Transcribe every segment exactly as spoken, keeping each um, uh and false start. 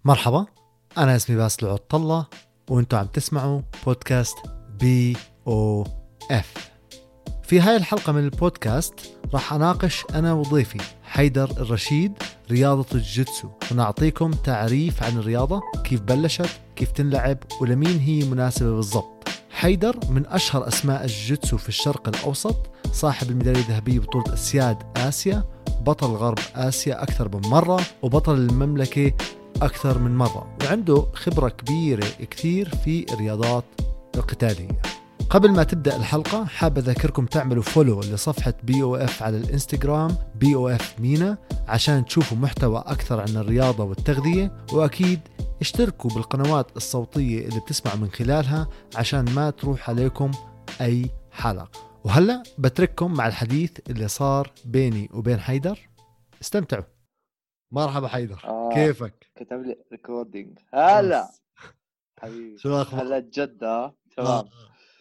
مرحبا، أنا اسمي باسل عطلة وأنتوا عم تسمعوا بودكاست بي أو إف. في هاي الحلقة من البودكاست راح أناقش أنا وضيفي حيدر الرشيد رياضة الجيتسو، ونعطيكم تعريف عن الرياضة، كيف بلشت، كيف تنلعب، ولمين هي مناسبة بالضبط. حيدر من أشهر أسماء الجيتسو في الشرق الأوسط، صاحب الميدالية الذهبية بطولة أسياد آسيا، بطل غرب آسيا أكثر من مرة، وبطل المملكة أكثر من مرة، وعنده خبرة كبيرة كثير في الرياضات القتالية. قبل ما تبدأ الحلقة حاب أذكركم تعملوا فولو لصفحة بي أو إف على الإنستغرام بي أو إف مينا عشان تشوفوا محتوى أكثر عن الرياضة والتغذية، وأكيد اشتركوا بالقنوات الصوتية اللي بتسمعوا من خلالها عشان ما تروح عليكم أي حلقة. وهلأ بترككم مع الحديث اللي صار بيني وبين حيدر، استمتعوا. مرحبا حيدر، آه كيفك؟ كتب لي ريكوردينج. هلا خلاص. حبيبي، شو هلا أخبار؟ جدة آه. تمام.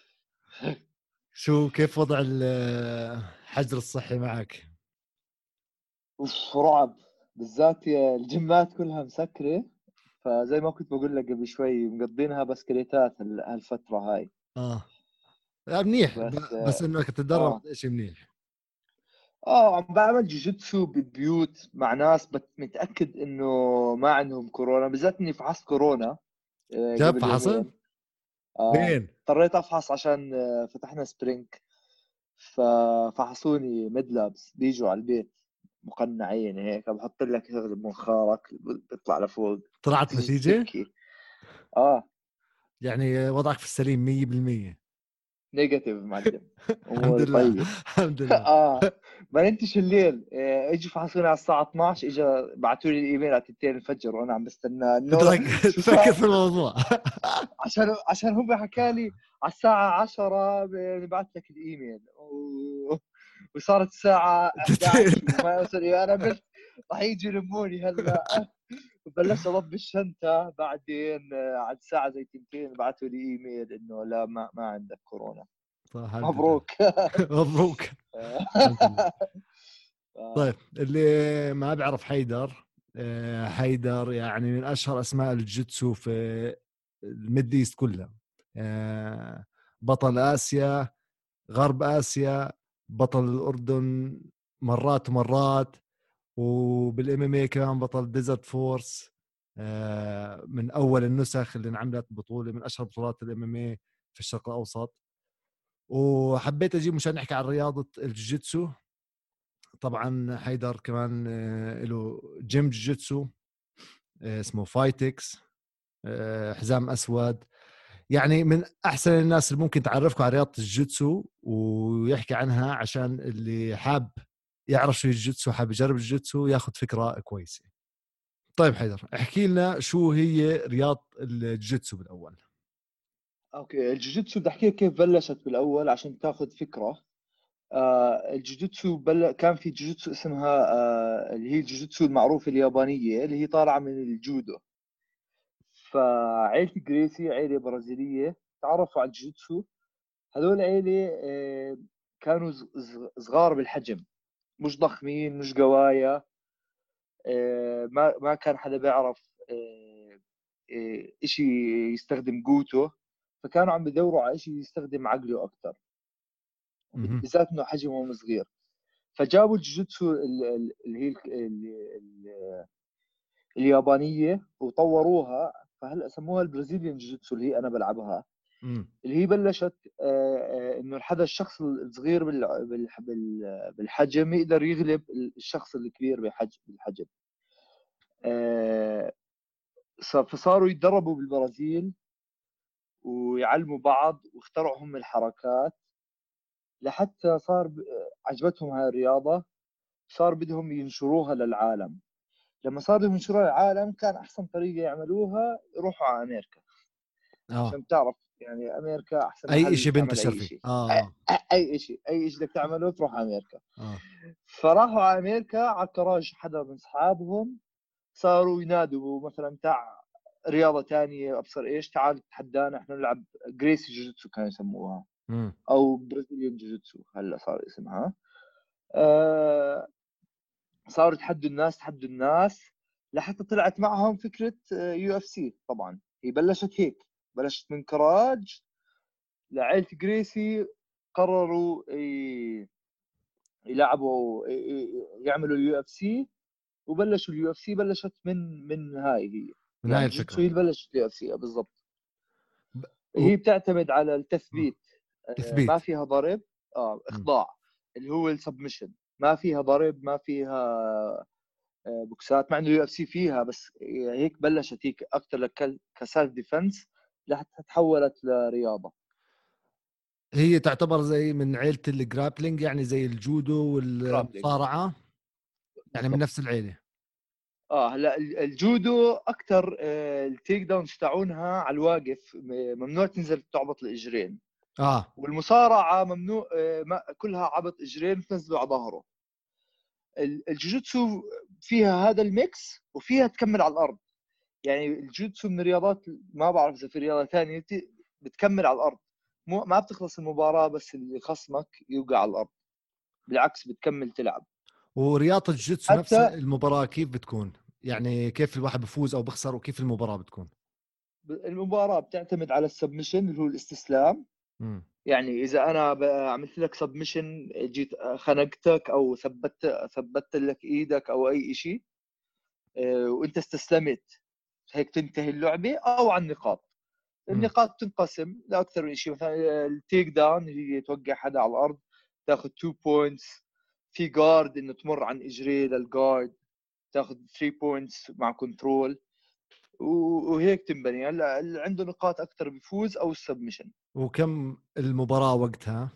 شو كيف وضع الحجر الصحي معك؟ اوف رعب، بالذات يا الجيمات كلها مسكرة. فزي ما كنت بقول لك قبل شوي مقضينها بسكليتات هال- هالفترة هاي. اه لا منيح، بس ب- بس انك تتدرب اه شيء منيح. اه عم بعمل جوجيتسو بالبيوت مع ناس بت- متأكد انه ما عندهم كورونا، بالذات اني فحصت كورونا آه، جاب قبل فحصت؟ يومين. اه وين؟ اضطريت افحص عشان آه، فتحنا سبرينج. ففحصوني ميد لابس بيجوا على البيت مقنعين هيك، بحط لك شغل بمنخارك بيطلع لفوق طلعت تيجي نتيجة؟ تبكي. اه يعني وضعك في السليم مية بالمية؟ نيجاتيف معلم، الحمد اموري لله. طيبه. الحمد لله. اه ما نمتش الليل، آه، اجوا فحصوني على الساعه اثنعش، اجا بعثوا لي الايميل على اثنين الفجر وانا عم بستنى انه ترك- شو تفكر صار. في الموضوع. عشان عشان هم حكى لي على الساعه عشرة ببعث لك الايميل و... وصارت الساعه احد عشر وما وصل. انا قلت راح يجي يلموني هلا. وبلشت اضب الشنطه، بعدين آه، على الساعه زي تنتين بعثوا لي ايميل انه لا ما, ما عندك كورونا. طيب الحمد لله. مبروك. مبروك. الحمد لله. طيب اللي ما بيعرف حيدر، آه، حيدر يعني من أشهر أسماء الجيتسو في الميد إيست كلها. آه، بطل آسيا، غرب آسيا، بطل الأردن مرات ومرات، وبالإم إم إيه كمان بطل ديزرت فورس. آه، من أول النسخ اللي انعملت بطولة من أشهر بطولات الإم إم إيه في الشرق الأوسط. وحبيت أجيب مشان نحكي عن رياضة الجيتسو. طبعا حيدر كمان آه، له جيم جيتسو آه، اسمه فايتكس، آه، حزام أسود. يعني من أحسن الناس اللي ممكن تعرفكم على رياضة الجيتسو ويحكي عنها، عشان اللي حاب يعرف شو الجيتسو، حاب يجرب الجيتسو، ياخد فكرة كويسة. طيب حيدر، احكي لنا شو هي رياضة الجيتسو بالأول. اوكي، الجوجيتسو بدي احكي لك كيف بلشت بالاول عشان تاخذ فكره. آه الجوجيتسو بل... كان في جوجيتسو اسمها آه اللي هي الجوجيتسو المعروفه اليابانيه اللي هي طالعه من الجودو. فعيلة جريسي عيلة برازيلية تعرفوا على الجوجيتسو. هذول عيلة آه، كانوا ز- ز- صغار بالحجم، مش ضخمين مش قوايا. آه، ما ما كان حدا بيعرف آه، آه، إشي يستخدم قوته. فكانوا عم بدوروا على إشي يستخدم عقله أكثر، مهم. بالذات إنه حجمهم صغير. فجابوا الجوجيتسو ال- ال- اللي هي ال- ال- ال- اليابانية وطوروها. فهلا سموها البرازيليان جوجيتسو اللي هي أنا بلعبها. مم. اللي هي بلشت آه، آه، انه حدا الشخص الصغير بال- بال- بال- بالحجم يقدر يغلب الشخص الكبير بالحجم بالحجم. آه، ص- فصاروا يتدربوا بالبرازيل ويعلموا بعض واخترعوا هم الحركات لحتى صار ب- عجبتهم هاي الرياضة. صار بدهم ينشروها للعالم. لما صار بدهم ينشروها للعالم كان أحسن طريقة يعملوها يروحوا على أمريكا. اه عشان تعرف يعني امريكا احسن اي محل اشي تعمل بنتشر اي فيه. شيء. اه اي شيء اي شيء بدك تعمله تروح على امريكا. اه فراحوا على امريكا على الكراج حدا من اصحابهم. صاروا ينادوا مثلا تاع رياضه تانية ابصر ايش، تعال تحدانا احنا نلعب جريسي جوجيتسو كانوا يسموها، مم. او برازيليان جوجيتسو هلا صار اسمها. آه صاروا يتحدوا الناس تحدوا الناس لحتى طلعت معهم فكره يو اف سي. طبعا هي بلشت هيك، بلشت من كراج لعائله جريسي، قرروا يلعبوا يعملوا اليو اف سي، وبلشوا اليو اف سي. بلشت من من هاي هي من هاي يعني جوجيتسو الفكرة. هي اللي بلشت اليو اف سي بالضبط. ب... و... هي بتعتمد على آه. التثبيت، آه، ما تثبيت. فيها ضرب، اه م. اخضاع، اللي هو السبمشن. ما فيها ضرب، ما فيها آه، بوكسات، مع انه اليو اف سي فيها، بس هيك بلشت هيك اكثر كسيلف ديفنس لحتى تحولت لرياضه. هي تعتبر زي من عيلة الجرابلينج، يعني زي الجودو جرابلينج والمصارعة، يعني من بالضبط. نفس العيلة. اه هلا ال- الجودو اكثر، التيك داونز تاعونها على الواقف، م- ممنوع تنزل تعبط الاجرين. اه والمصارعه ممنوع، آه، ما- كلها عبط اجرين تنزلوا على ظهره. ال- الجوجوتسو فيها هذا الميكس، وفيها تكمل على الارض. يعني الجوجوتسو من الرياضات، ما بعرف اذا في رياضه ثانيه ت- بتكمل على الارض. مو ما بتخلص المباراه بس اللي خصمك يوقع على الارض، بالعكس بتكمل تلعب. ورياضة الجيتسو نفسها حتى المباراة كيف بتكون؟ يعني كيف الواحد بفوز او بخسر، وكيف المباراة بتكون؟ المباراه بتعتمد على السبمشن اللي هو الاستسلام. امم يعني اذا انا ب- عملت لك سبمشن، جيت خنقتك او ثبت ثبت لك ايدك او اي شيء، وانت استسلمت، هيك تنتهي اللعبه. او على النقاط. امم النقاط تنقسم لاكثر من شيء. مثلا التيك داون هي توقع حدا على الارض، تاخذ اتنين بوينتس. في جارد انه تمر عن اجريه للجارد، تاخذ ثلاثة بوينتس مع كنترول. وهيك تنبني. هلا اللي عنده نقاط اكثر بيفوز، او السبمشن. وكم المباراة وقتها؟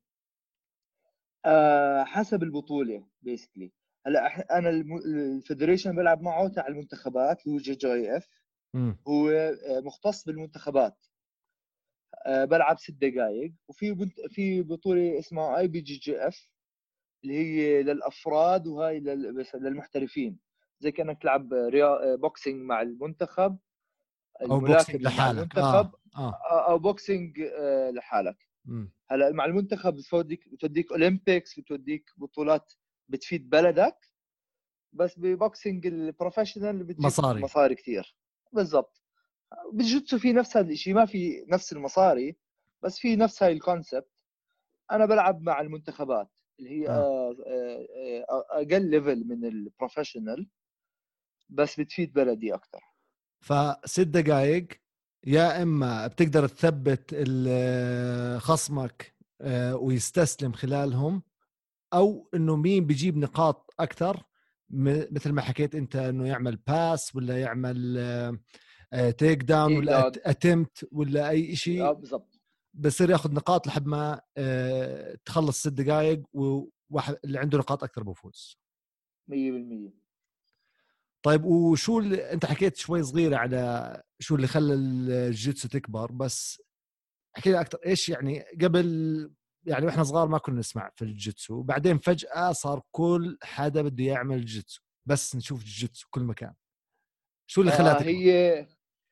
آه حسب البطوله بيسكلي. هلا إح- انا الم- الفederation بلعب معه تاع المنتخبات اللي هو جي جي اف. امم هو آه، مختص بالمنتخبات. آه بلعب ست دقائق. وفي بنت في بطوله اسمها اي بي جي جي اف، اللي هي للافراد، وهاي لل- بس للمحترفين. زي كانك تلعب ريا... بوكسينج مع المنتخب، او بوكسينج الملاكمه مع لحالك. اه المنتخب، اه آه، او بوكسينج آه، لحالك. امم هلا مع المنتخب بتوديك بتوديك اولمبيكس، بتوديك بطولات بتفيد بلدك. بس ببوكسينج البروفيشنال بتجيب مصاري. مصاري كثير. بالضبط. بالجوتسو في نفس هذا الشيء، ما في نفس المصاري، بس في نفس هاي الكونسبت. انا بلعب مع المنتخبات اللي هي اه آه، آه، آه، اقل ليفل من البروفيشنال، بس بتفيد بلدي اكثر. فست دقائق، يا اما بتقدر تثبت ال- خصمك آه، ويستسلم خلالهم، او انه مين بيجيب نقاط اكثر، م- مثل ما حكيت انت، انه يعمل باس ولا يعمل تيك داون تيك ولا داون. اتمت ولا اي اه شيء، بالضبط. بصير ياخذ نقاط لحد ما آه، تخلص ست دقائق، وواحد اللي عنده نقاط اكثر بفوز. مية بالمية. طيب وشو اللي انت حكيت شوي صغيره على شو اللي خلى الجيتسو تكبر، بس احكي لي اكثر ايش يعني قبل، يعني واحنا صغار ما كنا نسمع في الجيتسو، وبعدين فجأة صار كل حدا بده يعمل جيتسو، بس نشوف الجيتسو كل مكان. شو اللي خلاها آه تكبر؟ هي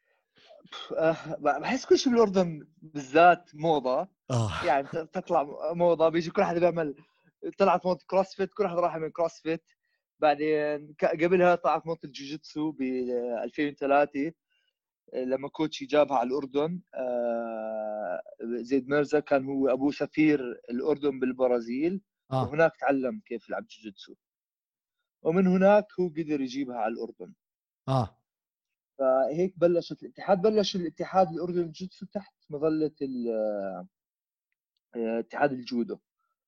آه بحس كل شيء بالاردن بالذات موضه. اه يعني بت- بتطلع موضه، بيجي كل حدا بيعمل. طلعت موضه كروسفيت، كل حدا راح يعمل كروسفيت. بعدين ك- قبلها طلعت موضه الجوجيتسو ب ألفين وثلاثة، لما كوتشي جابها على الأردن. آه، زيد ميرزا كان هو أبوه سفير الأردن بالبرازيل، اه وهناك تعلم كيف يلعب جوجيتسو. ومن هناك هو قدر يجيبها على الأردن. اه فهيك بلشت الاتحاد بلش الاتحاد الأردني للجوجيتسو تحت مظلة ال- آه، اتحاد الجودو.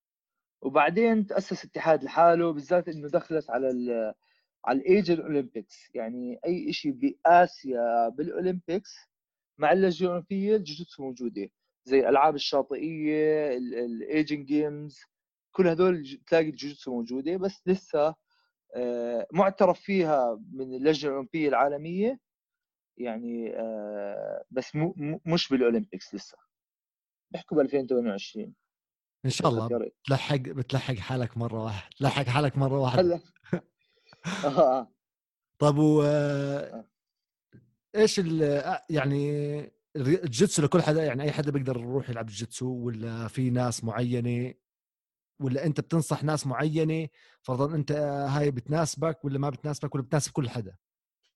وبعدين تأسس اتحاد لحاله، بالذات انه دخلت على ال على الايجن اولمبيكس. يعني اي شيء باسيا بالاولمبيكس مع اللجنه الاولمبيه الجوجيتسو موجوده. زي الالعاب الشاطئيه، الايجن جيمز، كل هدول ج- تلاقي الجوجيتسو موجوده. بس لسه آه، معترف فيها من اللجنه الاولمبيه العالميه. يعني آه، بس مو مو- مش بالاولمبيكس لسه. بيحكوا ب ألفين وثمانية وعشرين. ان شاء اعتقد، الله يا ريت. بتلحق بتلحق حالك مره واحده، تلحق حالك مره واحده. هلا اه اه طب و آه، آه. ايش ال آه، يعني الري- الجيتسو لكل حدا، يعني اي حدا بيقدر يروح يلعب الجيتسو، ولا في ناس معينه، ولا انت بتنصح ناس معينه، فرضا انت هاي بتناسبك ولا ما بتناسبك، ولا بتناسب كل حدا؟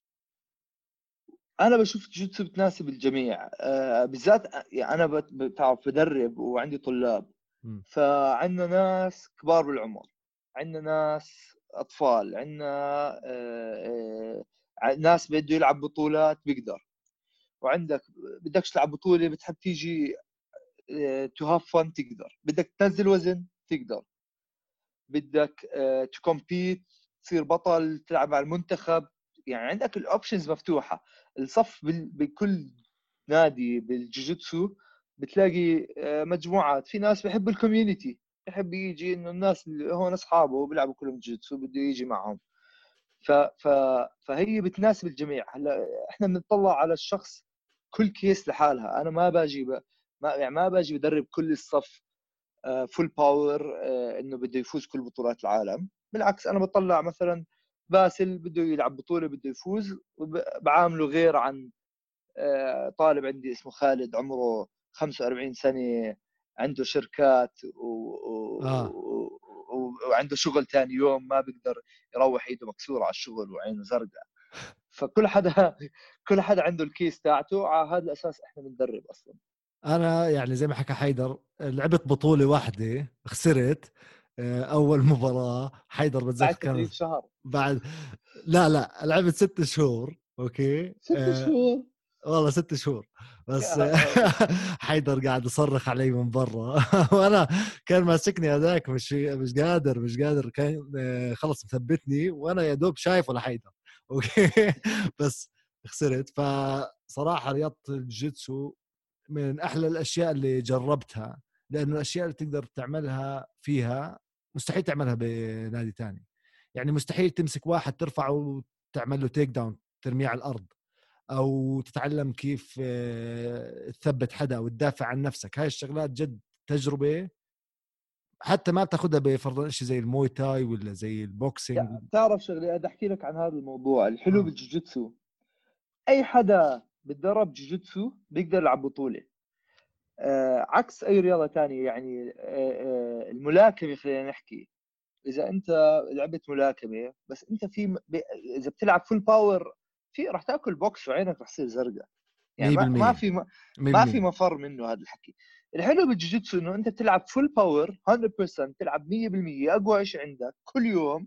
انا بشوف الجوجيتسو بتناسب الجميع، آه بالذات يعني انا بت- بتعرف بدرب وعندي طلاب. م. فعندنا ناس كبار بالعمر، عندنا ناس اطفال، عندنا آه آه ناس بده يلعب بطولات بيقدر، وعندك بدكش تلعب بطوله بتحب تيجي تو هاف فن تقدر، بدك تنزل وزن تقدر، بدك تكمبيت تصير بطل تلعب مع المنتخب. يعني عندك الاوبشنز مفتوحه. الصف بال- بكل نادي بالجوجيتسو بتلاقي آه، مجموعات. في ناس بيحب الكوميونتي، بيحب يجي انه الناس اللي هون اصحابه بيلعبوا كلهم جوجيتسو بده يجي معهم. ف ف فهي بتناسب الجميع. هلا احنا بنطلع على الشخص كل كيس لحالها. انا ما باجي ب... ما يعني ما باجي بدرب كل الصف فول باور انه بده يفوز كل بطولات العالم. بالعكس انا بطلع مثلا باسل بده يلعب بطوله بده يفوز، وبعامله غير عن آه، طالب عندي اسمه خالد عمره خمسة وأربعين سنه، عنده شركات و... اه و... و... وعنده شغل ثاني يوم ما بيقدر يروح ايده مكسوره على الشغل وعينه زرقاء. فكل حدا كل حدا عنده الكيس تاعته. على هذا الاساس احنا بندرب اصلا. انا يعني زي ما حكى حيدر لعبت بطولة واحدة خسرت. آه، اول مباراة حيدر بتذكر بعد كانت تدريب شهر. بعد. لا لا لعبت ست شهور اوكي ست أه شهور والله ست شهور بس. يا حيدر قاعد يصرخ علي من برا. وانا كان ماسكني هذاك مش مش قادر مش قادر كان آه، خلص مثبتني وانا يا دوب شايف ولا حيدر. اوكي. بس خسرت. فصراحة رياضة الجيتسو من احلى الاشياء اللي جربتها، لانه الاشياء اللي تقدر تعملها فيها مستحيل تعملها بنادي تاني. يعني مستحيل تمسك واحد ترفعه وتعمل له تيك داون ترميه على الارض، او تتعلم كيف آه، تثبت حدا او تدافع عن نفسك. هاي الشغلات جد تجربة حتى ما بتاخدها بفرضا شيء زي الموي تاي ولا زي البوكسينج. تعرف شغله بدي احكي لك عن هذا الموضوع الحلو اه بالجوجيتسو. اي حدا بتدرب جوجيتسو بيقدر يلعب بطوله، آه عكس اي رياضه تانية. يعني آه آه الملاكمه خلينا نحكي، اذا انت لعبت ملاكمه بس انت في م- ب- اذا بتلعب فول باور في راح تاكل بوكس وعينك راح تصير زرقاء. يعني ما ما مية بالمية. في ما, ما في مية بالمية. مفر منه هذا الحكي. الحلو بالجوجيتسو انه انت بتلعب فول باور مية بالمية، تلعب مية بالمية اقوى شيء عندك كل يوم.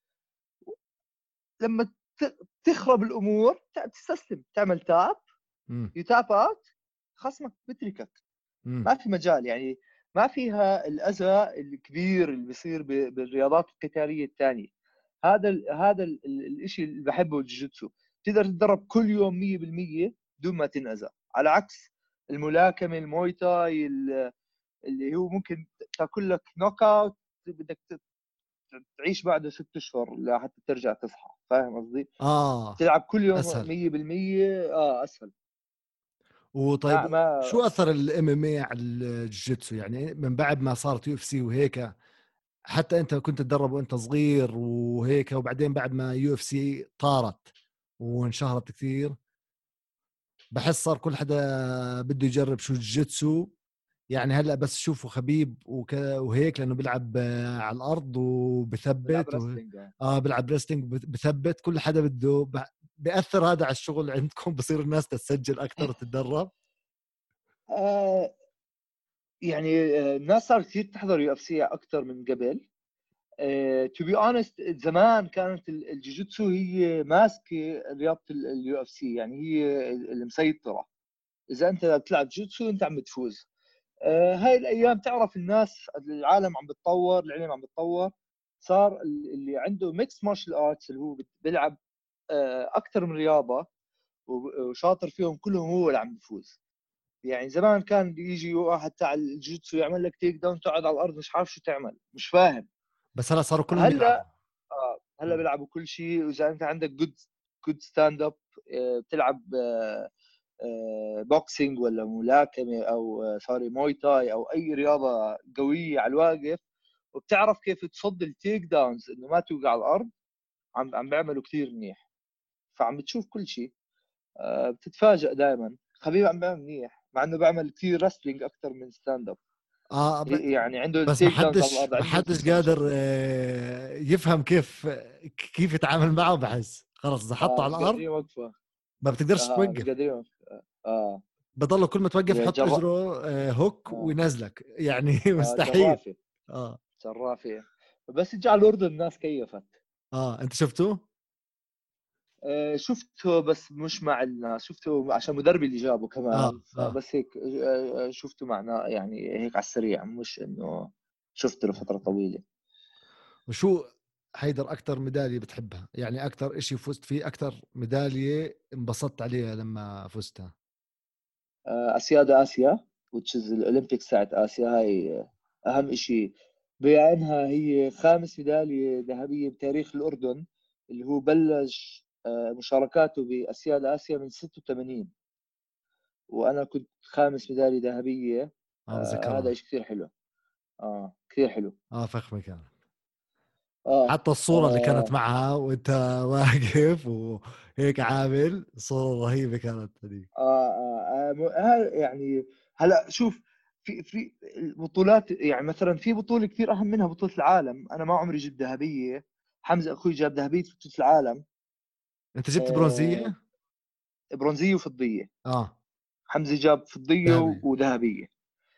لما ت- تخرب الامور ت- تستسلم، تعمل تاب، مم. يتاب اوت، خصمك بتركك. مم. ما في مجال يعني. ما فيها الاذى الكبير اللي بيصير ب- بالرياضات القتاليه الثانيه. هذا ال هذا ال- ال- الشيء اللي بحبه الجوجيتسو. تقدر تتدرب كل يوم مية بالمية بدون ما تنأذى، على عكس الملاكمه الموي تاي ال- اللي هو ممكن تاكل لك نوك اوت، بدك ت- تعيش بعده ست اشهر لحتى ترجع تصحى. فاهم قصدي؟ اه تلعب كل يوم اسهل. مية بالمية اه اسهل. ما وطيب ما شو اثر الام ام اي على الجيتسو يعني من بعد ما صارت يو اف سي وهيك؟ حتى انت كنت تدرب وانت صغير وهيك، وبعدين بعد ما يو اف سي طارت وانشهرت كثير بحس صار كل حدا بده يجرب شو الجيتسو. يعني هلا بس شوفوا خبيب وك... وهيك لانه بيلعب آه، على الارض بلعب وبثبت و... رسلينج اه. اه بيلعب ريستنج بثبت. كل حدا بده ب... بياثر هذا على الشغل عندكم؟ بصير الناس تسجل اكثر وتتدرب؟ آه، يعني آه، الناس صارت كثير تحضر يو اف سي اكثر من قبل. تو بي اونست زمان كانت ال- الجوجيتسو هي ماسكه رياضه اليو اف سي، يعني هي المسيطره. اذا انت بتلعب جوجيتسو انت عم بتفوز. آه، هاي الايام تعرف الناس العالم عم بتطور، العلم عم بتطور. صار ال- اللي عنده ميكس مارشال ارتس اللي هو بت- بيلعب آه، اكثر من رياضه وب- وشاطر فيهم كلهم هو اللي عم بيفوز. يعني زمان كان يجي واحد تاع الجوجيتسو يعمل لك تيك داون تقعد على الارض مش عارف شو تعمل، مش فاهم. بس هلا صاروا كلهم يلعبوا. هلا آه هلا مم. بيلعبوا كل شيء. واذا انت عندك جود جود ستاند اب، بتلعب بوكسينج ولا ملاكمه او آه، سوري موي تاي او اي رياضه قويه على الواقف، وبتعرف كيف تصد التيك داونز انه ما توقع على الارض، عم عم بيعملوا كثير منيح. فعم بتشوف كل شيء. آه، بتتفاجئ دائما خبيب عم بيعمل منيح مع انه بيعمل كثير رسلينج اكثر من ستاند اب. اه ب... يعني عنده بس ما التيك داونز على حدش الارض، ما عنده حدش السبمشن. قادر آه، يفهم كيف كيف يتعامل معه. بحس خلص اذا حطه اه على مش الارض قادرين يوقفه. ما بتقدرش اه مش توقف، قادرين يوقف. اه بضله كل ما توقف يحط جر... رجله آه، هوك آه. وينزلك يعني آه مستحيل. جرافة. اه جرافة. بس اجى على الأردن الناس كيفت. اه انت شفته؟ آه شفته بس مش مع الناس، شفته عشان مدربي اللي جابه اه كمان، اه فبس هيك آه شفته معنا يعني هيك على السريع، مش انه شفته لفترة طويلة. وشو حيدر اكثر ميداليه بتحبها؟ يعني اكثر اشي فزت فيه، اكثر ميداليه انبسطت عليها لما فزتها؟ آه اسياد اسيا which is الاولمبيكس تاعت اسيا، هاي آه، اهم اشي بعينها. هي خامس ميدالية ذهبية بتاريخ الأردن، اللي هو بلش آه، مشاركاته بأسياد آسيا من ستة وثمانين، وانا كنت خامس ميداليه ذهبيه. اه آه هذا بتذكرها. شيء كثير حلو. اه كثير حلو. اه فخمه كانت. اه, حتى الصورة اللي كانت آه, معها وانت واقف وهيك عامل صورة رهيبة كانت هذيك. آه, آه, آه م- ها- يعني هلا شوف، في في البطولات يعني مثلا في بطوله كثير اهم منها بطوله العالم، انا ما عمري جبت ذهبيه. حمزه اخوي جاب ذهبيه في بطوله العالم. انت جبت آه برونزية؟ برونزيه وفضيه. اه حمزه جاب فضيه و- ذهبي. وذهبيه.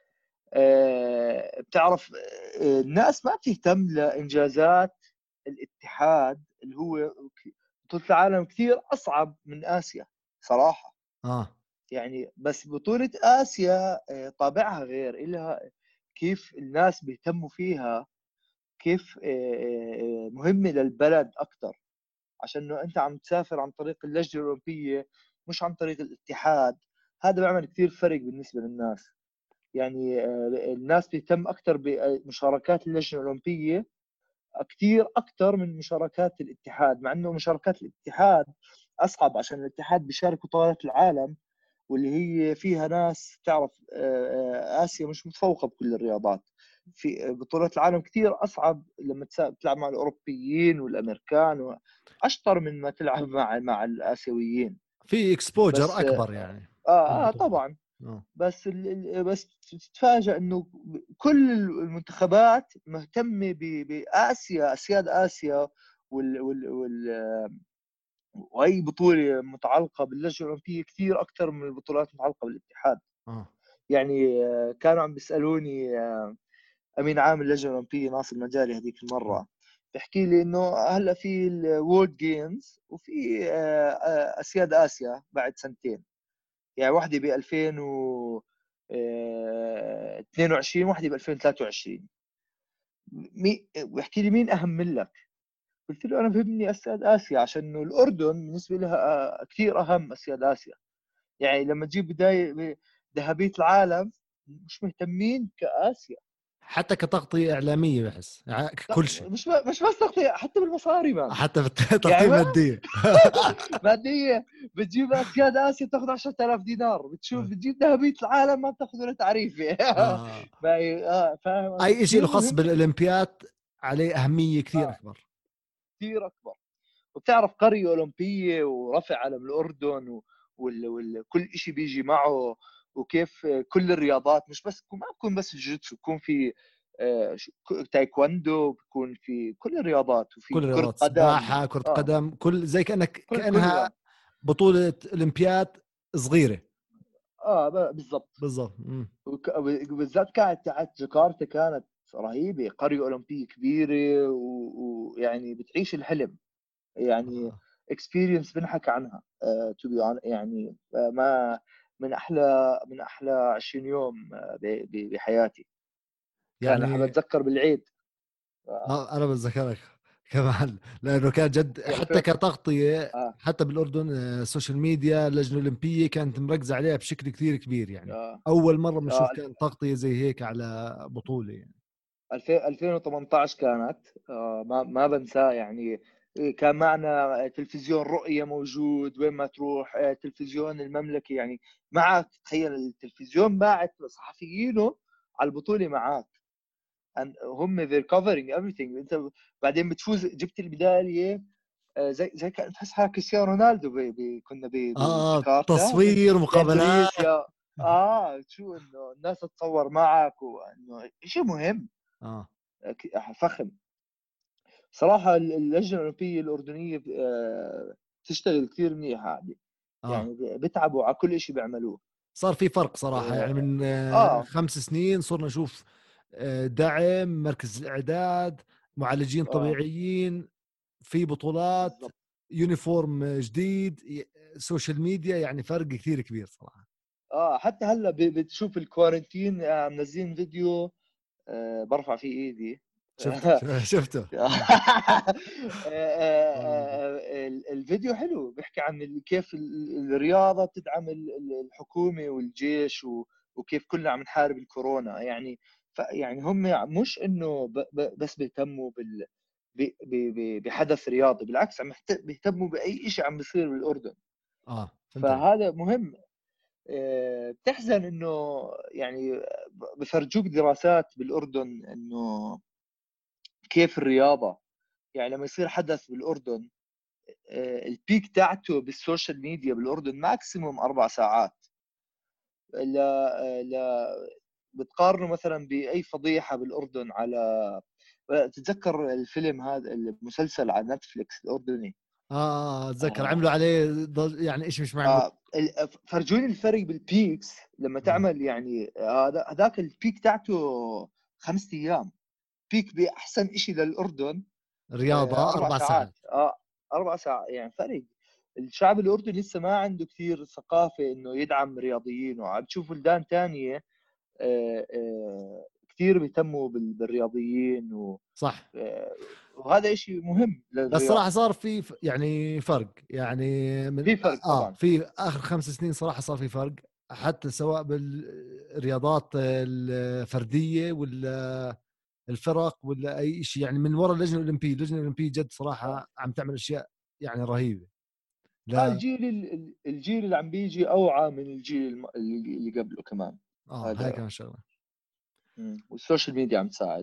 آه بتعرف، آه الناس ما بتهتم لانجازات الاتحاد اللي هو بطولة العالم كثير أصعب من آسيا صراحة. اه يعني بس بطولة آسيا آه، طابعها غير إلها، كيف الناس بيهتموا فيها، كيف آه، آه، مهمة للبلد أكثر، عشان إنه أنت عم تسافر عن طريق اللجنة الأولمبية مش عن طريق الاتحاد. هذا بيعمل كثير فرق بالنسبة للناس. يعني آه، الناس بتهتم أكثر بمشاركات اللجنة الأولمبية كثير اكثر من مشاركات الاتحاد، مع انه مشاركات الاتحاد اصعب عشان الاتحاد بيشارك بطولات العالم، واللي هي فيها ناس تعرف آه، آه، اسيا مش متفوقه بكل الرياضات. في بطولات العالم كثير اصعب لما تلعب مع الاوروبيين والامريكان، اشطر من ما تلعب مع مع الاسيويين. في اكسبوجر بس اه اكبر يعني في اه البطولة. طبعا. اه بس ال- ال- بس تتفاجأ انه كل المنتخبات مهتمه ب- باسيا، اسياد اسيا، وال وال وال واي بطوله متعلقه باللجنه الاولمبيه كثير اكثر من البطولات المتعلقه بالاتحاد. اه يعني آه، كانوا عم بيسالوني آه، امين عام اللجنه الاولمبيه ناصر مجالي هذيك اه المره، بيحكي لي انه هلا في الوورد جيمز وفي آه، آه، اسياد اسيا بعد سنتين. يعني واحدة ب ألفين واثنين وعشرين، واحدة ب ألفين وثلاثة وعشرين. مي بيحكي لي مين أهم من لك؟ قلت له أنا بهمني أسياد آسيا، عشان إنه الأردن بالنسبة لها كثير أهم أسياد آسيا. يعني لما تجيب بداية ذهبية العالم مش مهتمين كآسيا. حتى كتغطية إعلامية بحس يعني كل شيء. مش مش بس تغطية، حتى بالمصاري مان. حتى يعني بالتغطية ما مادية. مادية. بتجيب اسياد اسيا بتاخذ عشرة آلاف دينار، بتشوف بتجيب ذهبية العالم ما بتاخذ ولا تعريفة. اه ما هي- اه فاهم قصدي؟ اي شيء له كثير خاص مهم. بالاولمبياد عليه أهمية كثير اه اكبر. كثير اكبر. وبتعرف قرية أولمبية ورفع علم الأردن و... وال... وال... كل شيء بيجي معه، وكيف كل الرياضات مش بس ما بكون بس الجوجيتسو، بكون في آه، ش- تايكوندو، بكون في كل الرياضات، كل وفي كرة الرياضات، قدم. سباحة، كرة اه قدم، كل زي كأنك كل كل كأنها رياضة. بطولة اولمبياد صغيرة. اه ب- بالضبط. بالضبط. مم. وك- وبالذات كانت تاعت جاكرتا كانت رهيبة، قرية أولمبية كبيرة و- ويعني بتعيش الحلم. يعني آه. اكسبيرينس بنحكى عنها آه to be hon- يعني آه ما من أحلى من أحلى عشرين يوم آه ب- ب- بحياتي. كان أحب يعني أتذكر بالعيد. آه آه، انا بتذكرك كمان لانه كان جد في حتى ألفين. كتغطيه. آه حتى بالاردن آه، السوشيال ميديا اللجنه الاولمبيه كانت مركزه عليها بشكل كثير كبير يعني. آه اول مره بنشوف آه كان تغطيه زي هيك على بطوله يعني. ألفين ألفين وثمانطعش كانت آه، ما ما بنساه يعني. كان معنا تلفزيون رؤية موجود وين ما تروح، آه، تلفزيون المملكة يعني معك. تخيل التلفزيون باعت صحفيينه على البطولة معك. And هم they're covering everything. انت بعدين بتفوز جبت البداية آه، زي زي كان تحس حالك كريستيانو رونالدو. بي بي كنا ب- اه بجاكرتا وين- تصوير مقابلات. باندونيسيا. اه شو انه الناس تتصور معك، وانه شيء مهم. اه فخم. صراحة اللجنة الأولمبية الأردنية آه، بتشتغل كثير منيح عادي. اه يعني بيتعبوا على كل شيء بيعملوه. صار في فرق صراحة، يعني من اه خمس سنين صرنا نشوف دعم مركز الإعداد، معالجين اه طبيعيين، في بطولات، بالضبط. يونيفورم جديد، سوشيال ميديا، يعني فرق كثير كبير صراحة. اه حتى هلا ب- بتشوف الكوارنتين آه، منزلين فيديو آه برفع فيه ايدي. شفته شفته اه آه، والله. آه، ال- الفيديو حلو، بيحكي عن ال- كيف ال- الرياضة بتدعم ال- ال- الحكومة والجيش و- وكيف كلنا عم نحارب الكورونا يعني. ف يعني هم مش انه ب- ب- بس بيهتموا بال ب- ب- ب- بحدث رياضي، بالعكس عم يهت- بيهتموا بأي شيء عم بيصير بالأردن. اه فهمت عليك. فهذا مهم. آه، بتحزن انه يعني بفرجوك دراسات بالأردن انه كيف الرياضة، يعني لما يصير حدث بالأردن آه، البيك تاعته بالسوشيال ميديا بالأردن ماكسيموم أربع ساعات. لا لا بتقارنه مثلا بأي فضيحة بالأردن على، تتذكر الفيلم هذا المسلسل على نتفليكس الأردني؟ اه اه اتذكر آه عملوا عليه ضل يعني ايش مش معمول. آه ال- فرجوني الفرق بالبيكس لما اه تعمل يعني هذا هذاك البيك تاعته خمسة أيام، بيك بأحسن إشي للأردن آه، رياضة أربع أربع ساعات. ساعات. آه أربع ساعات يعني فرق. الشعب الأردني لسه ما عنده كثير ثقافة إنه يدعم رياضيين، وعم تشوف بلدان تانية آه، آه، كثير بيهتموا بال- بالرياضيين و- صح. آه، وهذا إشي مهم بس صراحة للرياضة. صار في ف- يعني فرق، يعني من في فرق اه طبعا. في آخر خمس سنين صراحة صار في فرق، حتى سواء بالرياضات الفردية ولا الفرق ولا أي شيء، يعني من وراء اللجنة الأولمبية. اللجنة الأولمبية جد آه صراحة عم تعمل أشياء يعني رهيبة. آه، لا الجيل ال- ال- الجيل اللي عم بيجي أوعى من الجيل الم- اللي اللي قبله كمان. اه هاي هذا كمان شغلة. مم. والسوشيال ميديا عم تساعد.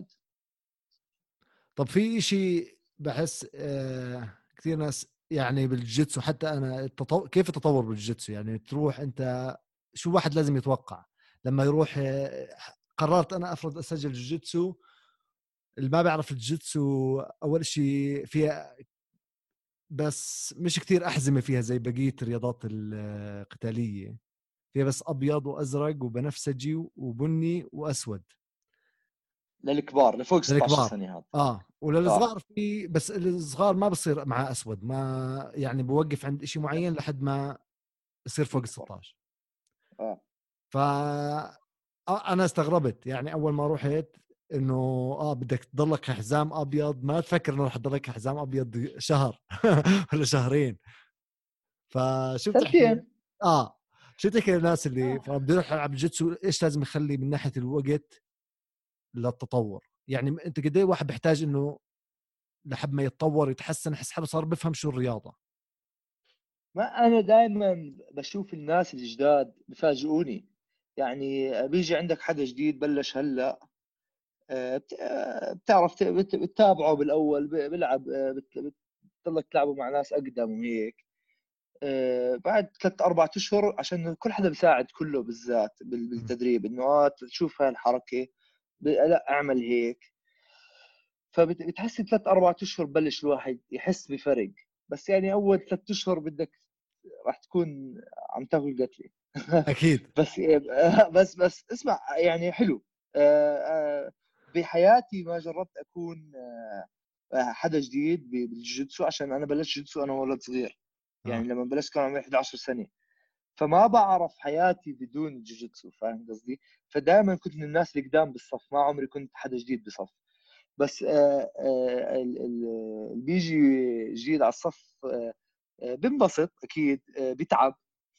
طب في شيء بحس آه كثير ناس يعني بالجيتسو، حتى انا التطور، كيف التطور بالجيتسو، يعني تروح انت، شو واحد لازم يتوقع لما يروح آه قررت انا افرض اسجل جوجيتسو. اللي ما بيعرف الجيتسو اول شيء فيها بس مش كثير احزمه فيها زي بقيه الرياضات القتاليه، فيها بس ابيض وازرق وبنفسجي وبني واسود. للكبار لفوق ستة عشر للكبار سنة هذا. اه، اه وللصغار في، بس الصغار ما بصير مع اسود، ما يعني بوقف عند شيء معين لحد ما يصير فوق ال يكبر. ستاشر. اه ف آه انا استغربت يعني اول ما رحت انه اه بدك تضلك حزام ابيض، ما تفكر انه رح تضلك حزام ابيض شهر ولا شهرين. فشو بتحكي؟ سنتين. اه شو بتحكي للناس اللي آه. فبده يروح يلعب جيتسو، ايش لازم يخلي من ناحيه الوقت للتطور؟ يعني انت قد ايه واحد بيحتاج انه لحد ما يتطور يتحسن يحس حاله صار بفهم شو الرياضة؟ ما انا دائما بشوف الناس الجداد بفاجئوني، يعني بيجي عندك حدا جديد بلش هلا آه، بت- آه، بتعرف ت- بت- بتتابعه بالاول ب- بيلعب آه، بت- بتضلك تلعبوا مع ناس اقدم وهيك. آه، بعد ثلاث اربع اشهر عشان كل حدا بيساعد كله بالذات بال- مم. بالتدريب انه اه تشوف هاي الحركه ب- لا اعمل هيك. فبتحس ثلاث اربع اشهر ببلش الواحد يحس بفرق. بس يعني اول ثلاث اشهر بدك راح تكون عم تاكل قتلة. أكيد. بس بس بس اسمع يعني حلو. آه، آه، بحياتي ما جربت اكون آه، حدا جديد بالجوجيتسو، عشان انا بلشت جوجيتسو انا ولد صغير. يعني آه لما بلشت كان عمري احد عشر سنة، فما بعرف حياتي بدون الجوجيتسو، فاهم قصدي؟ فدائما كنت من الناس اللي قدام بالصف، ما عمري كنت حدا جديد بصف. بس آه، آه، ال- ال- اللي بيجي جديد على الصف آه، آه، بنبسط اكيد آه، بيتعب.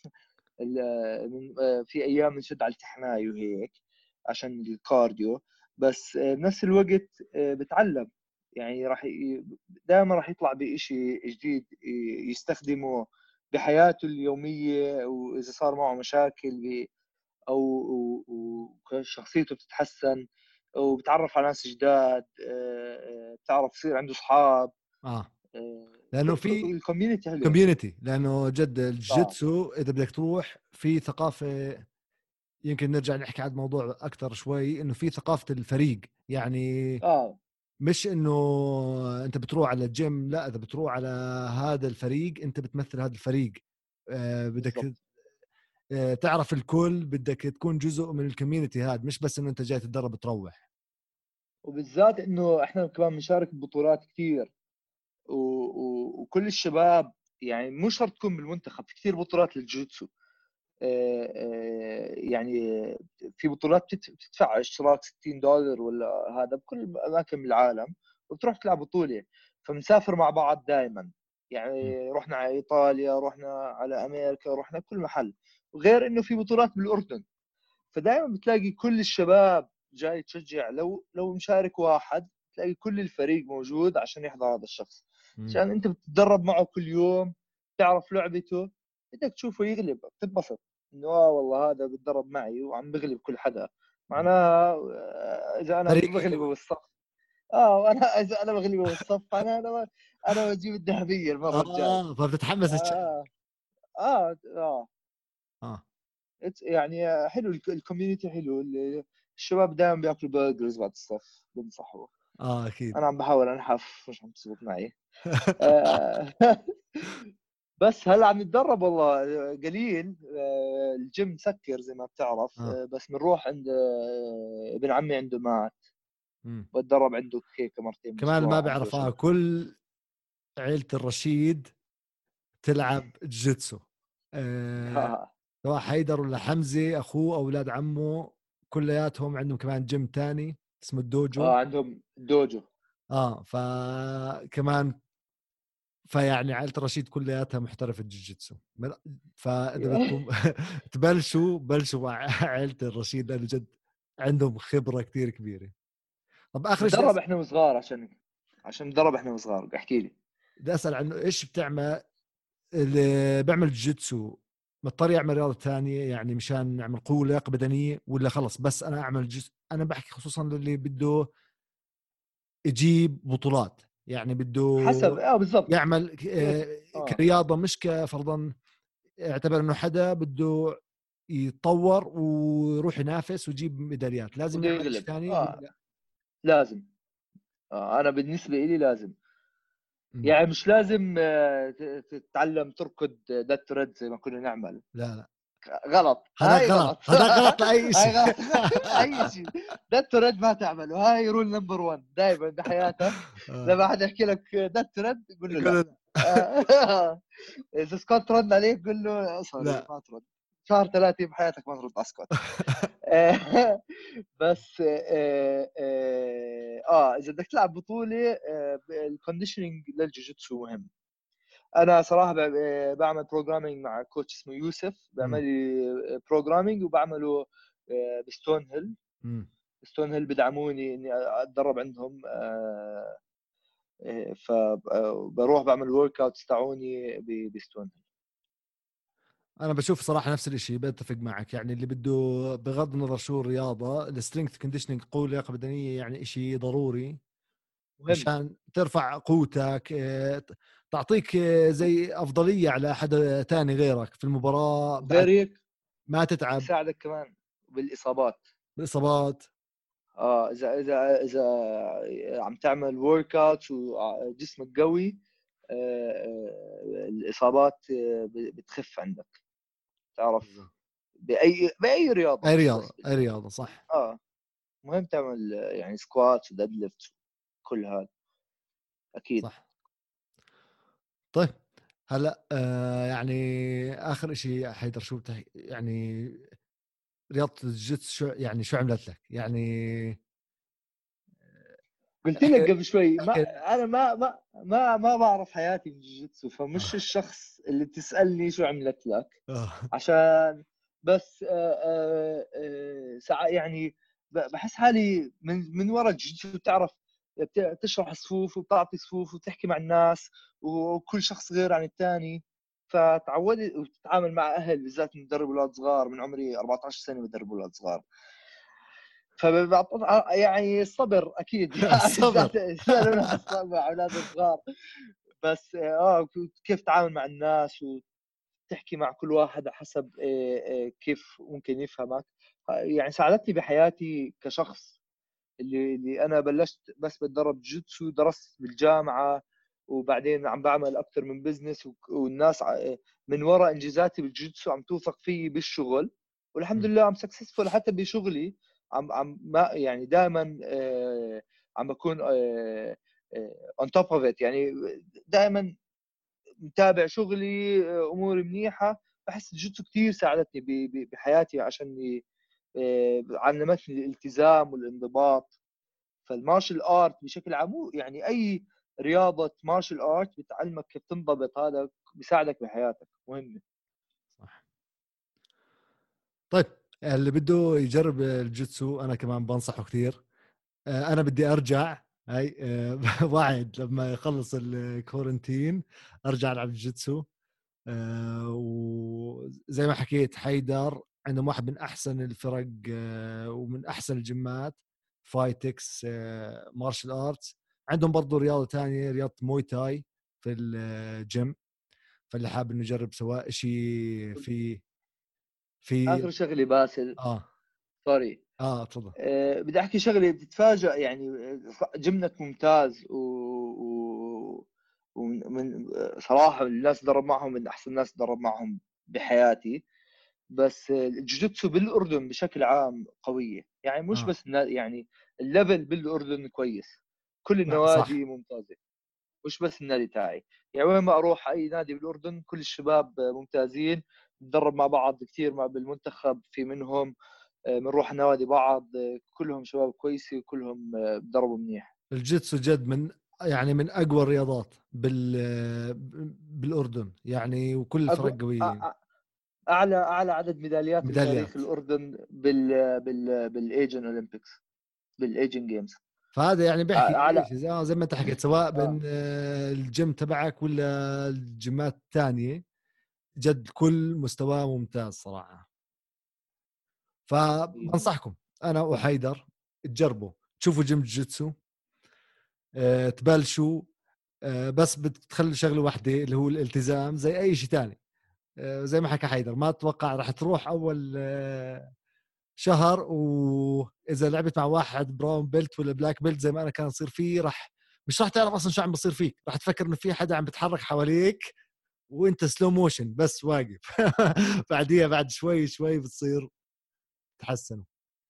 ال- من- آه، في ايام بنشد على التحماي وهيك عشان الكارديو. بس آه، بنفس الوقت آه، بتعلم، يعني راح دائما راح يطلع بشيء جديد ي- يستخدمه بحياته اليومية، وإذا صار معه مشاكل ب- أو و- و- شخصيته بتتحسن، وبتعرف على ناس جداد آه، آه، بتعرف يصير عنده أصحاب. آه لأنه في الكوميونتي حلوة. كوميونتي، لأنه جد اه الجيتسو إذا بدك تروح في ثقافة. يمكن نرجع نحكي عن الموضوع أكثر شوي، إنه في ثقافة الفريق، يعني اه مش إنه أنت بتروح على الجيم، لا إذا بتروح على هذا الفريق أنت بتمثل هذا الفريق. آه بدك بالضبط. آه تعرف الكل، بدك تكون جزء من الكوميونتي هاد، مش بس انه انت جاي تتدرب تروح. وبالذات إنه إحنا كمان بنشارك ببطولات كتير و... و... وكل الشباب يعني مو شرط تكون بالمنتخب، في كثير بطولات للجوجيتسو. آه، آه، يعني في بطولات بتت- بتدفع اشتراك ستين دولار ولا هذا بكل اماكن العالم، وبتروح تلعب بطوله. فبنسافر مع بعض دائما، م. يعني رحنا على ايطاليا، رحنا على امريكا، رحنا كل محل. وغير انه في بطولات بالاردن، فدائما بتلاقي كل الشباب جاي تشجع. لو لو مشارك واحد تلاقي كل الفريق موجود عشان يحضر هذا الشخص، م. عشان انت بتتدرب معه كل يوم، تعرف لعبته، بدك تشوفه يغلب بتتبسط انه اه والله هذا بتدرب معي وعم بغلب كل حدا. م. معناها آه، اذا انا فريقي بغلبه قوي. بالصف، اه وانا اذا انا بغلبه بالصف، انا انا انا بجيب الذهبيه المره الجاي. اه فبتتحمس تشجع. اه اه اه اه It's- يعني حلو الك- الكوميونتي حلو. ال- الشباب دائما بياكلوا برجرز بعد الصف، بنصحوا. اه اكيد. انا عم بحاول انحف، مش عم تزبط معي. آه، بس هلا عم نتدرب والله قليل. آه، الجيم مسكر زي ما بتعرف. اه آه، بس بنروح عند آه، ابن عمي عنده مات، م. بتدرب عنده هيك مرتين كمان اللي ما بالاسبوع عنده بيعرف، اه جيم. كل عيلة الرشيد تلعب جيتسو. آه، اه سواء حيدر ولا حمزة أخوه أو أولاد عمه، كلياتهم عندهم كمان جيم تاني اسمه الدوجو. اه عندهم دوجو. اه فكمان، فيعني عائلة رشيد كلياتها محترفة جوجيتسو. من- فإذا بدكم تبلشوا بلشوا مع عائلة الرشيد، لأنه جد عندهم خبرة كتير كبيرة. طب آخر شيء نتدرب أس- احنا وصغار، عشان عشان نتدرب احنا وصغار. احكي لي. بدي أسأل عنه، إيش بتعمل اللي بيعمل جوجيتسو؟ مضطر يعمل رياضة تانية يعني مشان نعمل قوة لياقة بدنية، ولا خلص بس أنا أعمل جزء؟ أنا بحكي خصوصا للي بده يجيب بطولات، يعني بده حسب اه بالضبط. يعمل إيه، آه، اه كرياضة، مش كفرضا اعتبر انه حدا بده يتطور ويروح ينافس ويجيب ميداليات، لازم بده يعمل شيء يغلب ثاني ولا اه لا؟ لازم. آه انا بالنسبه لي لازم. مم. يعني مش لازم آه، ت- تتعلم تركض دات ريد زي ما كنا نعمل. لا لا، غلط، هذاك هاي غلط، غلط. هذاك غلط لأي هاي شيء. غلط. اي شيء دات ريد ما تعمله. هاي رول نمبر واحد دائما بحياتك. آه. لما حدا يحكي لك دات ريد قول له لا. قول له آه، اذا سكوت رد عليك قول له سوري لا. ما ترد. شهر ثلاثة بحياتك ما ترد على سكوت. آه، بس اه اه آه، اذا بدك تلعب بطوله، آه، الكونديشننج للجوجيتسو مهم. انا صراحه ب- بعمل بروجرامينج مع كوتش اسمه يوسف، بيعمل مم. لي بروجرامينج وبعمله آه، بستون هيل. مم. ستون هيل بدعموني اني اتدرب عندهم. آه، آه، فبروح بعمل ورك اوتس تاعوني ب- بستون هيل. انا بشوف صراحه نفس الشيء، بتفق معك. يعني اللي بده بغض النظر شو الرياضه، السترينث كونديشنينج، قوه اللياقه البدنيه، يعني شيء ضروري مهم. مشان ترفع قوتك، آه، تعطيك آه، زي افضليه على حدا تاني غيرك في المباراه، وغير بعد هيك ما تتعب بيساعدك كمان بالاصابات. بالاصابات. اه اذا اذا اذا عم تعمل ورك اوت وجسمك قوي، آه، آه، الاصابات آه، بتخف عندك. تعرف، باي باي رياضه اي مش رياضه، بس اي بال... رياضه، صح. اه مهم تعمل آه، يعني سكوات وديد ليفت، كل هذا اكيد. صح. طيب هلا آه يعني اخر شيء حيدر، شو بتحكي يعني رياضه الجيتس، شو يعني شو عملت لك يعني؟ قلت احكي لك قبل شوي، ما احكي. انا ما ما ما ما بعرف حياتي من جوجيتسو، فمش آه. الشخص اللي تسالني شو عملت لك. آه. عشان بس آه، آه، آه، ساعة يعني ب- بحس حالي من من ورا الجيتسو. بتعرف، بت- تشرح صفوف وبتعطي صفوف وتحكي مع الناس، وكل شخص غير عن الثاني. فتعودت وتتعامل مع اهل، بالذات مدرب اولاد صغار. من عمري أربعة عشر سنه بدرب اولاد صغار. فبعطون يعني الصبر اكيد. يعني الصبر. بالذات الأولاد الصغار مع اولاد الصغار. بس اه كيف تتعامل مع الناس، تحكي مع كل واحد حسب آه، آه، كيف ممكن يفهمك. يعني ساعدتني بحياتي كشخص. اللي اللي انا بلشت بس بتدرب جوجيتسو، درست بالجامعه، وبعدين عم بعمل اكثر من بزنس، والناس من وراء انجازاتي بالجوجيتسو عم توثق فيي بالشغل، والحمد لله عم سكسسفول حتى بشغلي. عم عم ما يعني دائما آه عم بكون اون توب اوف ات، يعني دائما متابع شغلي، اموري منيحه. بحس الجوجيتسو كثير ساعدتني بحياتي، عشان علمتني الالتزام والانضباط. فالمارشال ارت بشكل عام، يعني اي رياضه مارشال ارت بتعلمك كيف تنضبط، هذا بيساعدك بحياتك، مهمه. صح. طيب اللي بده يجرب الجوجيتسو انا كمان بنصحه كثير. انا بدي ارجع هاي وعد لما يخلص الكورنتين ارجع العب جوجيتسو. وزي ما حكيت حيدر عندهم واحد من احسن الفرق ومن احسن الجيمات، فايتكس مارشال ارتس. عندهم برضو رياضه تانية، رياضه موي تاي في الجيم، فاللي حابب انه يجرب سواء شيء في في اخر شغله باسل، اه سوري، اه تفضل. أه بدي احكي شغله بتتفاجئ، يعني جمنك ممتاز، و, و... ومن صراحه الناس درب معهم من احسن الناس درب معهم بحياتي. بس الجوجيتسو بالاردن بشكل عام قويه، يعني مش اه بس يعني الليفل بالاردن كويس، كل لا النوادي صح. ممتازه، مش بس النادي تاعي. يعني وين ما اروح اي نادي بالاردن كل الشباب ممتازين، نتدرب مع بعض كثير، مع بالمنتخب في منهم، بنروح نوادي بعض، كلهم شباب كويسه وكلهم بدربوا منيح. الجيتسو جد من يعني من اقوى الرياضات بال بالاردن يعني، وكل أقو... الفرق قويه. أ- اعلى اعلى عدد ميداليات بتاريخ ميداليات. الاردن بال بال بالايجن اولمبيكس، بالايجن جيمز. فهذا يعني بيحكي اعلى ايش زي زي ما انت حكيت، سواء اه بين آه، الجيم تبعك ولا الجيمات الثانيه، جد كل مستواه ممتاز صراحه. فبنصحكم انا وحيدر تجربوا تشوفوا جيم جيتسو، أه تبلشوا. أه بس بتخلي شغله واحده اللي هو الالتزام زي اي شيء ثاني. أه زي ما حكى حيدر، ما تتوقع راح تروح اول أه شهر واذا لعبت مع واحد براون بيلت ولا بلاك بيلت زي ما انا كان يصير فيه، راح مش راح تعرف اصلا شو عم بصير فيك، راح تفكر انه في حدا عم بيتحرك حواليك وانت سلو موشن بس واقف. بعديها بعد شوي شوي بتصير تحسن.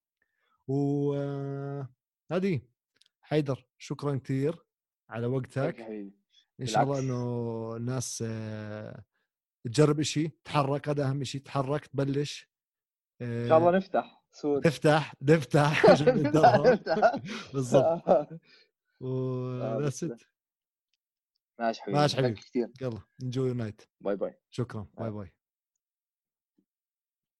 وهذه حيدر شكرا كثير على كيف يا وقتك. حبيبي؟ ان شاء الله بالعكس، انه الناس آه، تجرب اشي، تحرك، هذا اهم شيء، تحرك تبلش. ان شاء آه، الله نفتح سون. نفتح نفتح عشان نفتح نتدرب. نفتح بالضبط. اه وذاتس بس ات. ماشي حبيبي، ماشي ثانك حبيبي. كثير. يلا انجوي نايت. باي باي. شكرا، باي باي.